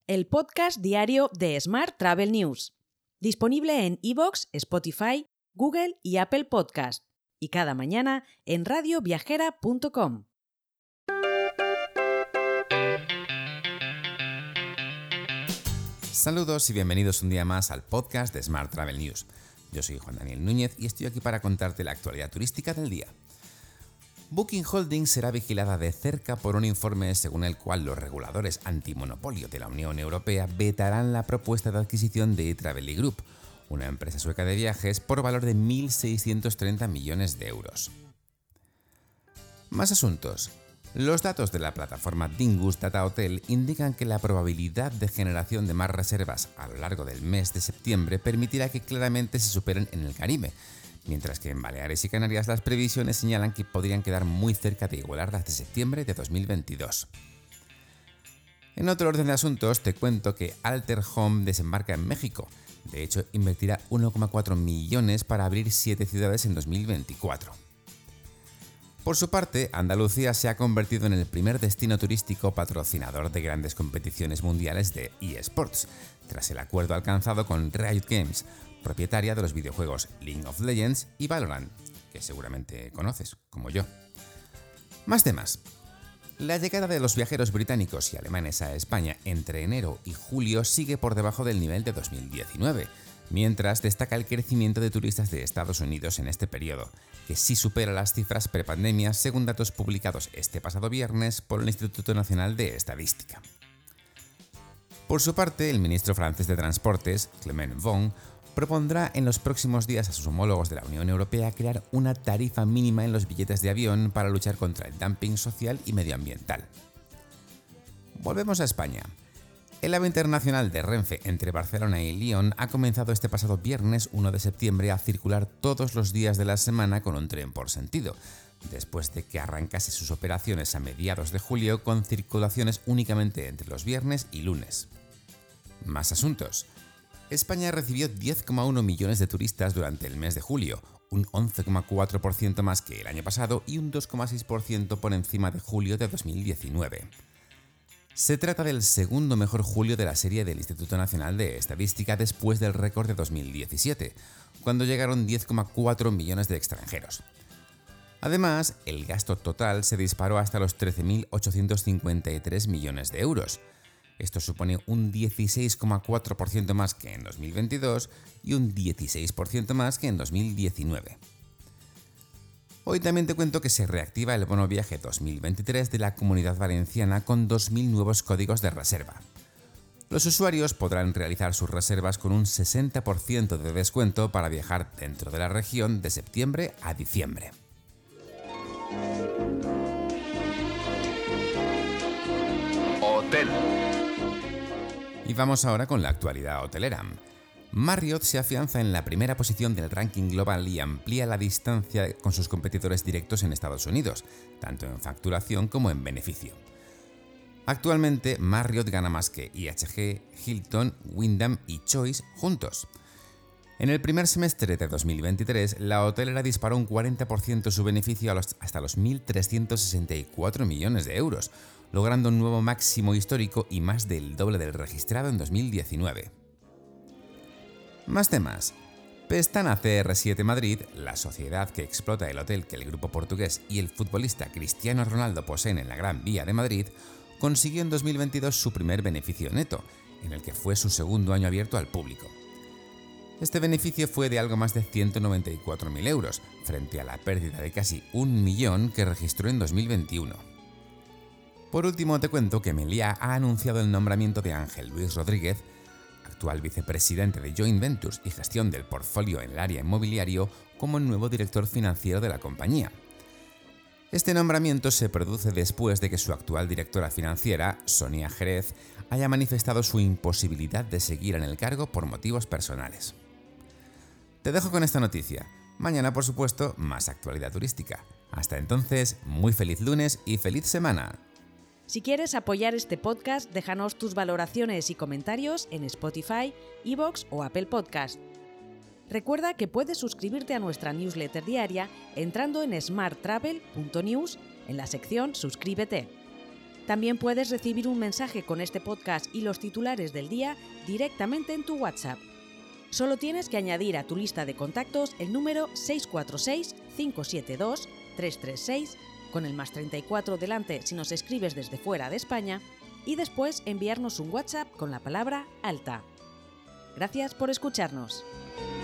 el podcast diario de Smart Travel News, disponible en iVoox, Spotify, Google y Apple Podcast, y cada mañana en radioviajera.com. Saludos y bienvenidos un día más al podcast de Smart Travel News. Yo soy Juan Daniel Núñez y estoy aquí para contarte la actualidad turística del día. Booking Holdings será vigilada de cerca por un informe según el cual los reguladores antimonopolio de la Unión Europea vetarán la propuesta de adquisición de Etraveli Group, una empresa sueca de viajes, por valor de 1.630 millones de euros. Más asuntos. Los datos de la plataforma Dingus Data Hotel indican que la probabilidad de generación de más reservas a lo largo del mes de septiembre permitirá que claramente se superen en el Caribe, mientras que en Baleares y Canarias las previsiones señalan que podrían quedar muy cerca de igualar las de septiembre de 2022. En otro orden de asuntos, te cuento que Alter Home desembarca en México. De hecho, invertirá 1,4 millones para abrir 7 ciudades en 2024. Por su parte, Andalucía se ha convertido en el primer destino turístico patrocinador de grandes competiciones mundiales de eSports, tras el acuerdo alcanzado con Riot Games, propietaria de los videojuegos League of Legends y Valorant, que seguramente conoces, como yo. Más temas. La llegada de los viajeros británicos y alemanes a España entre enero y julio sigue por debajo del nivel de 2019, mientras destaca el crecimiento de turistas de Estados Unidos en este periodo, que sí supera las cifras prepandemia según datos publicados este pasado viernes por el Instituto Nacional de Estadística. Por su parte, el ministro francés de Transportes, Clément Beaune, propondrá en los próximos días a sus homólogos de la Unión Europea crear una tarifa mínima en los billetes de avión para luchar contra el dumping social y medioambiental. Volvemos a España. El AVE internacional de Renfe entre Barcelona y Lyon ha comenzado este pasado viernes 1 de septiembre a circular todos los días de la semana con un tren por sentido, después de que arrancase sus operaciones a mediados de julio con circulaciones únicamente entre los viernes y lunes. Más asuntos. España recibió 10,1 millones de turistas durante el mes de julio, un 11,4% más que el año pasado y un 2,6% por encima de julio de 2019. Se trata del segundo mejor julio de la serie del Instituto Nacional de Estadística después del récord de 2017, cuando llegaron 10,4 millones de extranjeros. Además, el gasto total se disparó hasta los 13.853 millones de euros. Esto supone un 16,4% más que en 2022 y un 16% más que en 2019. Hoy también te cuento que se reactiva el bono viaje 2023 de la Comunidad Valenciana con 2.000 nuevos códigos de reserva. Los usuarios podrán realizar sus reservas con un 60% de descuento para viajar dentro de la región de septiembre a diciembre. Hotel. Y vamos ahora con la actualidad hotelera. Marriott se afianza en la primera posición del ranking global y amplía la distancia con sus competidores directos en Estados Unidos, tanto en facturación como en beneficio. Actualmente, Marriott gana más que IHG, Hilton, Wyndham y Choice juntos. En el primer semestre de 2023, la hotelera disparó un 40% su beneficio hasta los 1.364 millones de euros, logrando un nuevo máximo histórico y más del doble del registrado en 2019. Más temas. Pestana CR7 Madrid, la sociedad que explota el hotel que el grupo portugués y el futbolista Cristiano Ronaldo poseen en la Gran Vía de Madrid, consiguió en 2022 su primer beneficio neto, en el que fue su segundo año abierto al público. Este beneficio fue de algo más de 194.000 euros, frente a la pérdida de casi 1 millón que registró en 2021. Por último, te cuento que Meliá ha anunciado el nombramiento de Ángel Luis Rodríguez, actual vicepresidente de Joint Ventures y gestión del portfolio en el área inmobiliario, como el nuevo director financiero de la compañía. Este nombramiento se produce después de que su actual directora financiera, Sonia Jerez, haya manifestado su imposibilidad de seguir en el cargo por motivos personales. Te dejo con esta noticia. Mañana, por supuesto, más actualidad turística. Hasta entonces, muy feliz lunes y feliz semana. Si quieres apoyar este podcast, déjanos tus valoraciones y comentarios en Spotify, iVoox o Apple Podcast. Recuerda que puedes suscribirte a nuestra newsletter diaria entrando en smarttravel.news en la sección Suscríbete. También puedes recibir un mensaje con este podcast y los titulares del día directamente en tu WhatsApp. Solo tienes que añadir a tu lista de contactos el número 646-572-336 con el +34 delante si nos escribes desde fuera de España y después enviarnos un WhatsApp con la palabra alta. Gracias por escucharnos.